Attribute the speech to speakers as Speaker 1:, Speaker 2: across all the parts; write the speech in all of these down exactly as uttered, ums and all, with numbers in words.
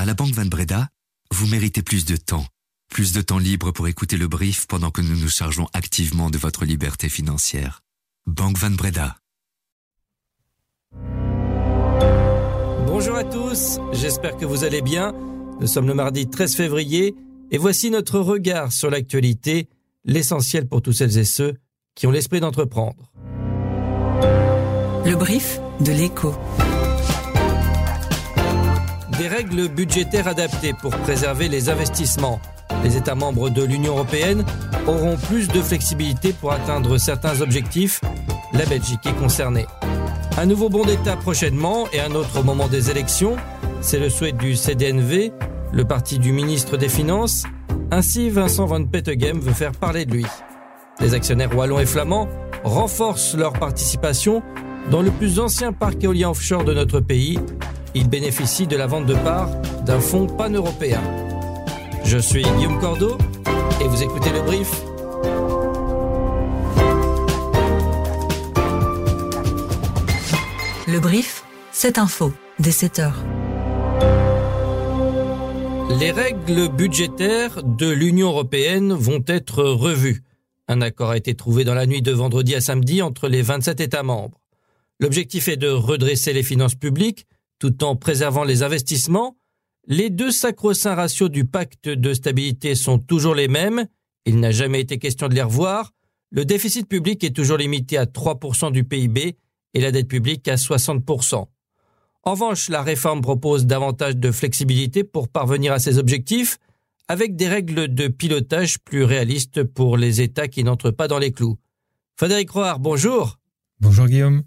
Speaker 1: la Banque Van Breda, vous méritez plus de temps. Plus de temps libre pour écouter le brief pendant que nous nous chargeons activement de votre liberté financière. Banque Van Breda.
Speaker 2: Bonjour à tous, j'espère que vous allez bien. Nous sommes le mardi treize février et voici notre regard sur l'actualité, l'essentiel pour tous celles et ceux qui ont l'esprit d'entreprendre.
Speaker 3: Le brief de l'Écho.
Speaker 2: Des règles budgétaires adaptées pour préserver les investissements. Les États membres de l'Union européenne auront plus de flexibilité pour atteindre certains objectifs. La Belgique est concernée. Un nouveau bon d'État prochainement et un autre au moment des élections. C'est le souhait du C D N V, le parti du ministre des Finances. Ainsi, Vincent Van Petegem veut faire parler de lui. Les actionnaires wallons et flamands renforcent leur participation dans le plus ancien parc éolien offshore de notre pays. Ils bénéficient de la vente de parts d'un fonds pan-européen. Je suis Guillaume Cordeau et vous écoutez le brief.
Speaker 3: Le brief, c'est info, dès sept heures.
Speaker 2: Les règles budgétaires de l'Union européenne vont être revues. Un accord a été trouvé dans la nuit de vendredi à samedi entre les vingt-sept États membres. L'objectif est de redresser les finances publiques tout en préservant les investissements. Les deux sacro-saints ratios du pacte de stabilité sont toujours les mêmes. Il n'a jamais été question de les revoir. Le déficit public est toujours limité à trois pour cent du P I B et la dette publique à soixante pour cent. En revanche, la réforme propose davantage de flexibilité pour parvenir à ces objectifs, avec des règles de pilotage plus réalistes pour les États qui n'entrent pas dans les clous. Frédéric Roard, bonjour.
Speaker 4: Bonjour Guillaume.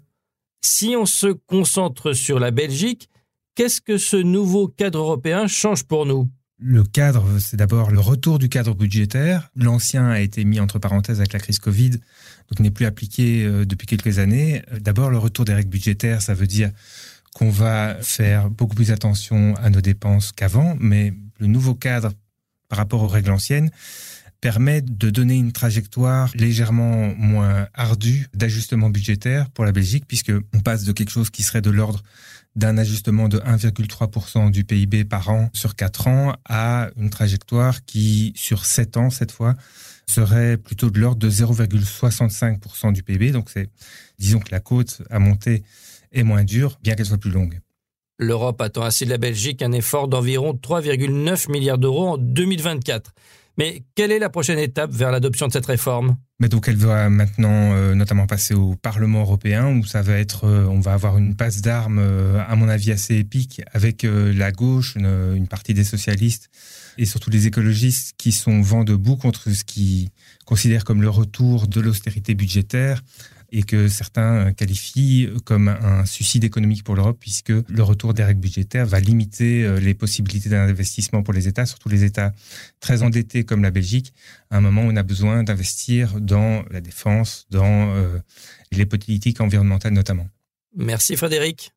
Speaker 2: Si on se concentre sur la Belgique, qu'est-ce que ce nouveau cadre européen change pour nous ?
Speaker 4: Le cadre, c'est d'abord le retour du cadre budgétaire. L'ancien a été mis entre parenthèses avec la crise Covid, donc n'est plus appliqué euh, depuis quelques années. D'abord, le retour des règles budgétaires, ça veut dire qu'on va faire beaucoup plus attention à nos dépenses qu'avant, mais le nouveau cadre par rapport aux règles anciennes permet de donner une trajectoire légèrement moins ardue d'ajustement budgétaire pour la Belgique, puisqu'on passe de quelque chose qui serait de l'ordre d'un ajustement de un virgule trois pour cent du P I B par an sur quatre ans à une trajectoire qui, sur sept ans cette fois, serait plutôt de l'ordre de zéro virgule soixante-cinq pour cent du P I B. Donc c'est, disons que la côte à monter est moins dure, bien qu'elle soit plus longue.
Speaker 2: L'Europe attend ainsi de la Belgique un effort d'environ trois virgule neuf milliards d'euros en deux mille vingt-quatre. Mais quelle est la prochaine étape vers l'adoption de cette réforme ?
Speaker 4: Mais donc elle va maintenant euh, notamment passer au Parlement européen où ça va être, euh, on va avoir une passe d'armes euh, à mon avis assez épique avec euh, la gauche, une, une partie des socialistes et surtout les écologistes qui sont vent debout contre ce qu'ils considèrent comme le retour de l'austérité budgétaire et que certains qualifient comme un suicide économique pour l'Europe puisque le retour des règles budgétaires va limiter les possibilités d'investissement pour les États, surtout les États très endettés comme la Belgique, à un moment où on a besoin d'investir dans la défense, dans euh, les politiques environnementales notamment.
Speaker 2: Merci Frédéric.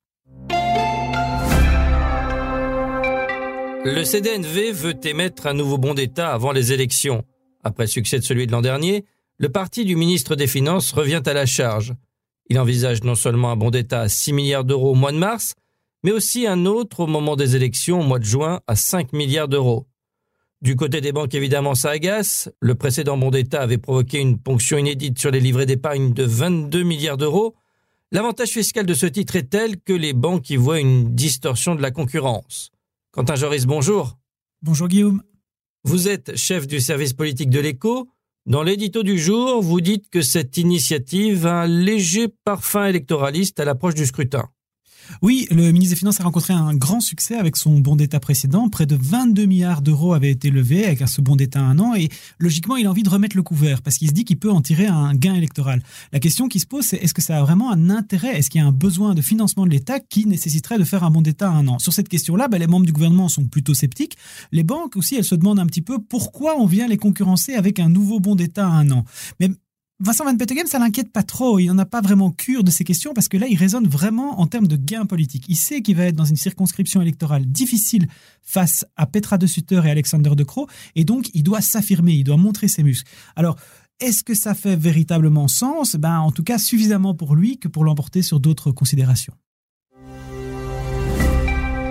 Speaker 2: Le C D N V veut émettre un nouveau bon d'État avant les élections. Après le succès de celui de l'an dernier, le parti du ministre des Finances revient à la charge. Il envisage non seulement un bon d'État à six milliards d'euros au mois de mars, mais aussi un autre au moment des élections au mois de juin à cinq milliards d'euros. Du côté des banques, évidemment, ça agace. Le précédent bon d'État avait provoqué une ponction inédite sur les livrets d'épargne de vingt-deux milliards d'euros. L'avantage fiscal de ce titre est tel que les banques y voient une distorsion de la concurrence. Quentin Joris, bonjour.
Speaker 5: Bonjour Guillaume.
Speaker 2: Vous êtes chef du service politique de l'Écho. Dans l'édito du jour, vous dites que cette initiative a un léger parfum électoraliste à l'approche du scrutin.
Speaker 5: Oui, le ministre des Finances a rencontré un grand succès avec son bon d'État précédent. Près de vingt-deux milliards d'euros avaient été levés avec ce bon d'État à un an et logiquement, il a envie de remettre le couvert parce qu'il se dit qu'il peut en tirer un gain électoral. La question qui se pose, c'est est-ce que ça a vraiment un intérêt ? Est-ce qu'il y a un besoin de financement de l'État qui nécessiterait de faire un bon d'État à un an ? Sur cette question-là, ben, les membres du gouvernement sont plutôt sceptiques. Les banques aussi, elles se demandent un petit peu pourquoi on vient les concurrencer avec un nouveau bon d'État à un an. Mais Vincent Van Petegem, ça l'inquiète pas trop. Il n'en a pas vraiment cure de ces questions parce que là, il raisonne vraiment en termes de gains politiques. Il sait qu'il va être dans une circonscription électorale difficile face à Petra de Sutter et Alexander De Croo et donc il doit s'affirmer, il doit montrer ses muscles. Alors, est-ce que ça fait véritablement sens ? Ben, en tout cas, suffisamment pour lui que pour l'emporter sur d'autres considérations.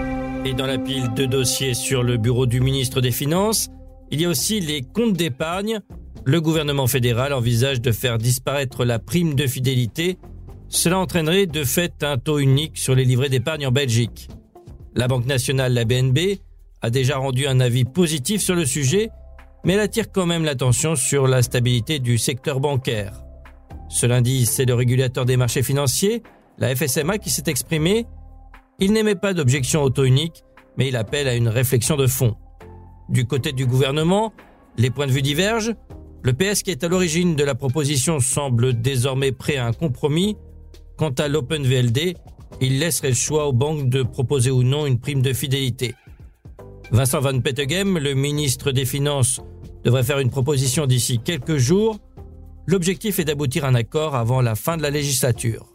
Speaker 2: Et dans la pile de dossiers sur le bureau du ministre des Finances, il y a aussi les comptes d'épargne. Le gouvernement fédéral envisage de faire disparaître la prime de fidélité. Cela entraînerait de fait un taux unique sur les livrets d'épargne en Belgique. La Banque nationale, la B N B, a déjà rendu un avis positif sur le sujet, mais elle attire quand même l'attention sur la stabilité du secteur bancaire. Ce lundi, c'est le régulateur des marchés financiers, la F S M A, qui s'est exprimé. Il n'émet pas d'objection au taux unique, mais il appelle à une réflexion de fond. Du côté du gouvernement, les points de vue divergent. Le P S, qui est à l'origine de la proposition, semble désormais prêt à un compromis. Quant à l'Open V L D, il laisserait le choix aux banques de proposer ou non une prime de fidélité. Vincent Van Peteghem, le ministre des Finances, devrait faire une proposition d'ici quelques jours. L'objectif est d'aboutir à un accord avant la fin de la législature.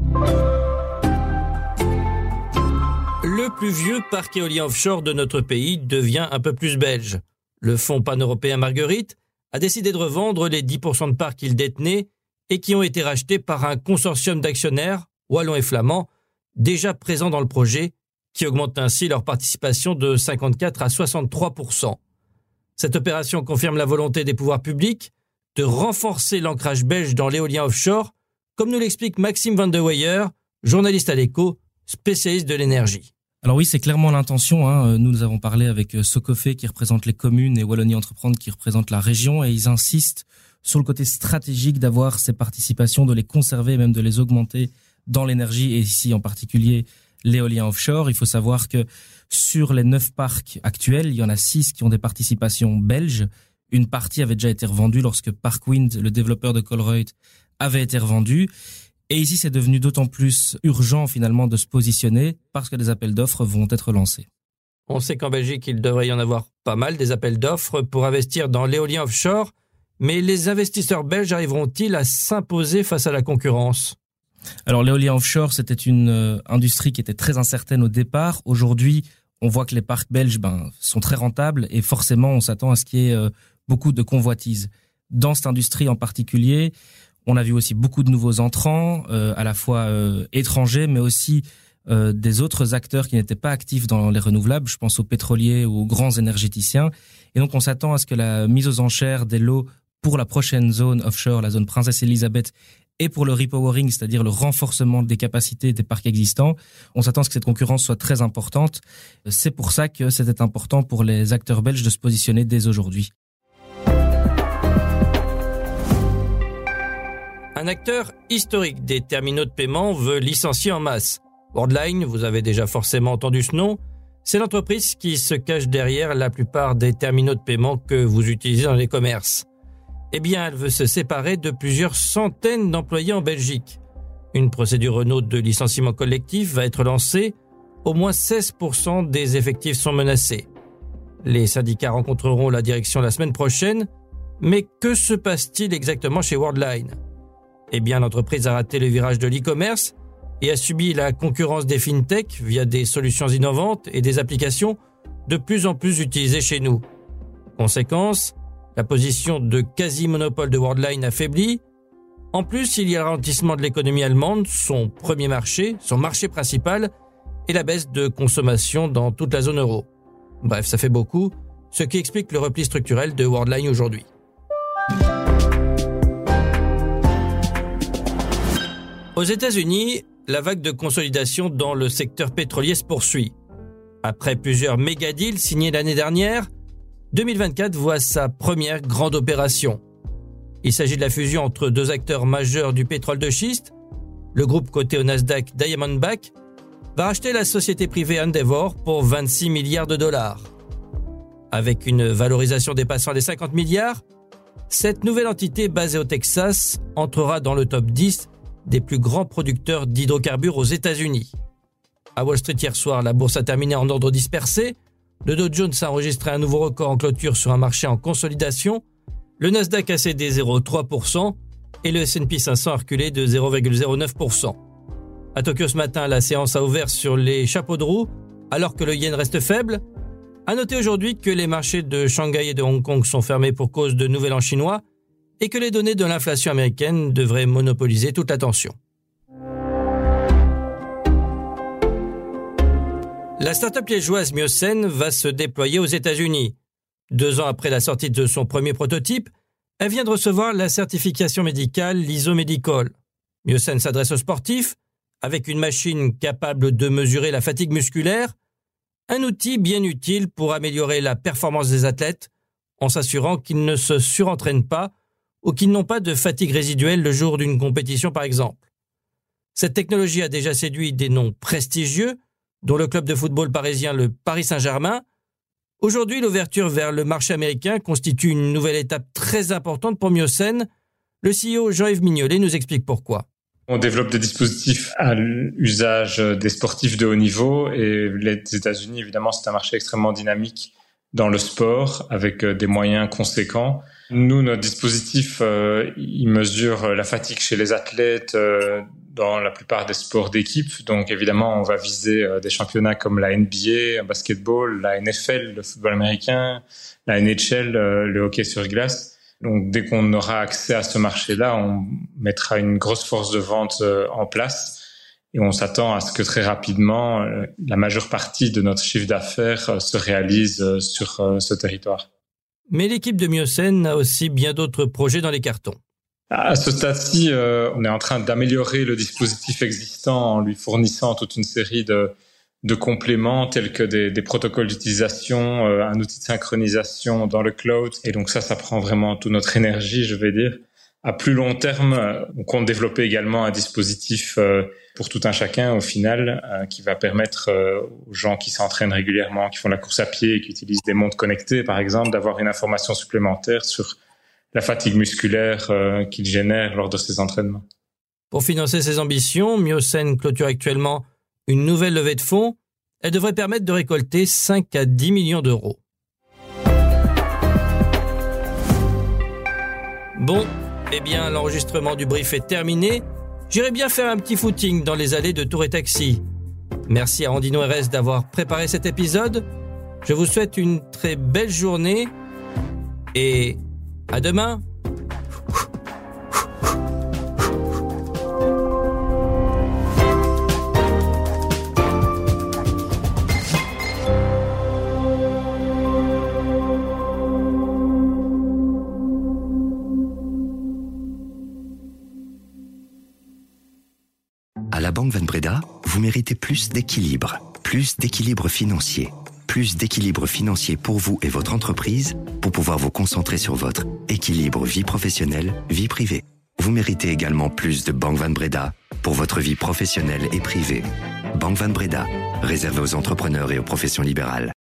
Speaker 2: Le plus vieux parc éolien offshore de notre pays devient un peu plus belge. Le fonds pan-européen Marguerite a décidé de revendre les dix pour cent de parts qu'il détenait et qui ont été rachetés par un consortium d'actionnaires, wallons et flamands, déjà présents dans le projet, qui augmente ainsi leur participation de cinquante-quatre à soixante-trois pour cent. Cette opération confirme la volonté des pouvoirs publics de renforcer l'ancrage belge dans l'éolien offshore, comme nous l'explique Maxime Van de Weyer, journaliste à l'Écho, spécialiste de l'énergie.
Speaker 6: Alors oui, c'est clairement l'intention. Hein. Nous, nous avons parlé avec Socofé qui représente les communes et Wallonie Entreprendre qui représente la région, et ils insistent sur le côté stratégique d'avoir ces participations, de les conserver et même de les augmenter dans l'énergie, et ici en particulier l'éolien offshore. Il faut savoir que sur les neuf parcs actuels, il y en a six qui ont des participations belges. Une partie avait déjà été revendue lorsque Parkwind, le développeur de Colruyt, avait été revendu. Et ici, c'est devenu d'autant plus urgent finalement de se positionner parce que des appels d'offres vont être lancés.
Speaker 2: On sait qu'en Belgique, il devrait y en avoir pas mal des appels d'offres pour investir dans l'éolien offshore, mais les investisseurs belges arriveront-ils à s'imposer face à la concurrence ?
Speaker 6: Alors l'éolien offshore, c'était une euh, industrie qui était très incertaine au départ. Aujourd'hui, on voit que les parcs belges ben, sont très rentables et forcément, on s'attend à ce qu'il y ait euh, beaucoup de convoitises. Dans cette industrie en particulier, on a vu aussi beaucoup de nouveaux entrants, euh, à la fois euh, étrangers, mais aussi euh, des autres acteurs qui n'étaient pas actifs dans les renouvelables. Je pense aux pétroliers ou aux grands énergéticiens. Et donc, on s'attend à ce que la mise aux enchères des lots pour la prochaine zone offshore, la zone Princesse Elisabeth, et pour le repowering, c'est-à-dire le renforcement des capacités des parcs existants, on s'attend à ce que cette concurrence soit très importante. C'est pour ça que c'était important pour les acteurs belges de se positionner dès aujourd'hui.
Speaker 2: Un acteur historique des terminaux de paiement veut licencier en masse. Worldline, vous avez déjà forcément entendu ce nom, c'est l'entreprise qui se cache derrière la plupart des terminaux de paiement que vous utilisez dans les commerces. Eh bien, elle veut se séparer de plusieurs centaines d'employés en Belgique. Une procédure Renault de licenciement collectif va être lancée. Au moins seize pour cent des effectifs sont menacés. Les syndicats rencontreront la direction la semaine prochaine. Mais que se passe-t-il exactement chez Worldline ? Eh bien, l'entreprise a raté le virage de l'e-commerce et a subi la concurrence des fintech via des solutions innovantes et des applications de plus en plus utilisées chez nous. Conséquence, la position de quasi-monopole de Worldline affaiblit. En plus, il y a le ralentissement de l'économie allemande, son premier marché, son marché principal, et la baisse de consommation dans toute la zone euro. Bref, ça fait beaucoup, ce qui explique le repli structurel de Worldline aujourd'hui. Aux États-Unis, la vague de consolidation dans le secteur pétrolier se poursuit. Après plusieurs méga deals signés l'année dernière, deux mille vingt-quatre voit sa première grande opération. Il s'agit de la fusion entre deux acteurs majeurs du pétrole de schiste. Le groupe coté au Nasdaq Diamondback va racheter la société privée Endeavor pour vingt-six milliards de dollars. Avec une valorisation dépassant les cinquante milliards, cette nouvelle entité basée au Texas entrera dans le top dix des plus grands producteurs d'hydrocarbures aux États-Unis. À Wall Street hier soir, la bourse a terminé en ordre dispersé. Le Dow Jones a enregistré un nouveau record en clôture sur un marché en consolidation. Le Nasdaq a cédé zéro virgule trois pour cent et le S and P cinq cents a reculé de zéro virgule zéro neuf pour cent. À Tokyo ce matin, la séance a ouvert sur les chapeaux de roue alors que le yen reste faible. À noter aujourd'hui que les marchés de Shanghai et de Hong Kong sont fermés pour cause de Nouvel An chinois et que les données de l'inflation américaine devraient monopoliser toute l'attention. La start-up liégeoise Miosen va se déployer aux États-Unis. Deux ans après la sortie de son premier prototype, elle vient de recevoir la certification médicale l'I S O Medical. Miosen s'adresse aux sportifs avec une machine capable de mesurer la fatigue musculaire, un outil bien utile pour améliorer la performance des athlètes en s'assurant qu'ils ne se surentraînent pas ou qu'ils n'ont pas de fatigue résiduelle le jour d'une compétition par exemple. Cette technologie a déjà séduit des noms prestigieux, dont le club de football parisien le Paris Saint-Germain. Aujourd'hui, l'ouverture vers le marché américain constitue une nouvelle étape très importante pour Miosen. Le C E O Jean-Yves Mignolet nous explique pourquoi.
Speaker 7: On développe des dispositifs à l'usage des sportifs de haut niveau et les États-Unis, évidemment, c'est un marché extrêmement dynamique dans le sport avec des moyens conséquents. Nous, notre dispositif, euh, il mesure la fatigue chez les athlètes euh, dans la plupart des sports d'équipe. Donc, évidemment, on va viser euh, des championnats comme la N B A, le basketball, la N F L, le football américain, la N H L, euh, le hockey sur glace. Donc, dès qu'on aura accès à ce marché-là, on mettra une grosse force de vente euh, en place. Et on s'attend à ce que très rapidement, euh, la majeure partie de notre chiffre d'affaires euh, se réalise euh, sur euh, ce territoire.
Speaker 2: Mais l'équipe de Miosen a aussi bien d'autres projets dans les cartons.
Speaker 7: À ce stade-ci, euh, on est en train d'améliorer le dispositif existant en lui fournissant toute une série de, de compléments tels que des, des protocoles d'utilisation, euh, un outil de synchronisation dans le cloud. Et donc ça, ça prend vraiment toute notre énergie, je vais dire. À plus long terme, on compte développer également un dispositif euh, pour tout un chacun au final, euh, qui va permettre euh, aux gens qui s'entraînent régulièrement, qui font la course à pied et qui utilisent des montres connectées, par exemple, d'avoir une information supplémentaire sur la fatigue musculaire euh, qu'ils génèrent lors de ces entraînements.
Speaker 2: Pour financer ses ambitions, Miosen clôture actuellement une nouvelle levée de fonds. Elle devrait permettre de récolter cinq à dix millions d'euros. Bon, eh bien, l'enregistrement du brief est terminé. J'irai bien faire un petit footing dans les allées de Tour et Taxi. Merci à Andino R S d'avoir préparé cet épisode. Je vous souhaite une très belle journée et à demain.
Speaker 8: À la Banque Van Breda, vous méritez plus d'équilibre, plus d'équilibre financier, plus d'équilibre financier pour vous et votre entreprise pour pouvoir vous concentrer sur votre équilibre vie professionnelle, vie privée. Vous méritez également plus de Banque Van Breda pour votre vie professionnelle et privée. Banque Van Breda, réservée aux entrepreneurs et aux professions libérales.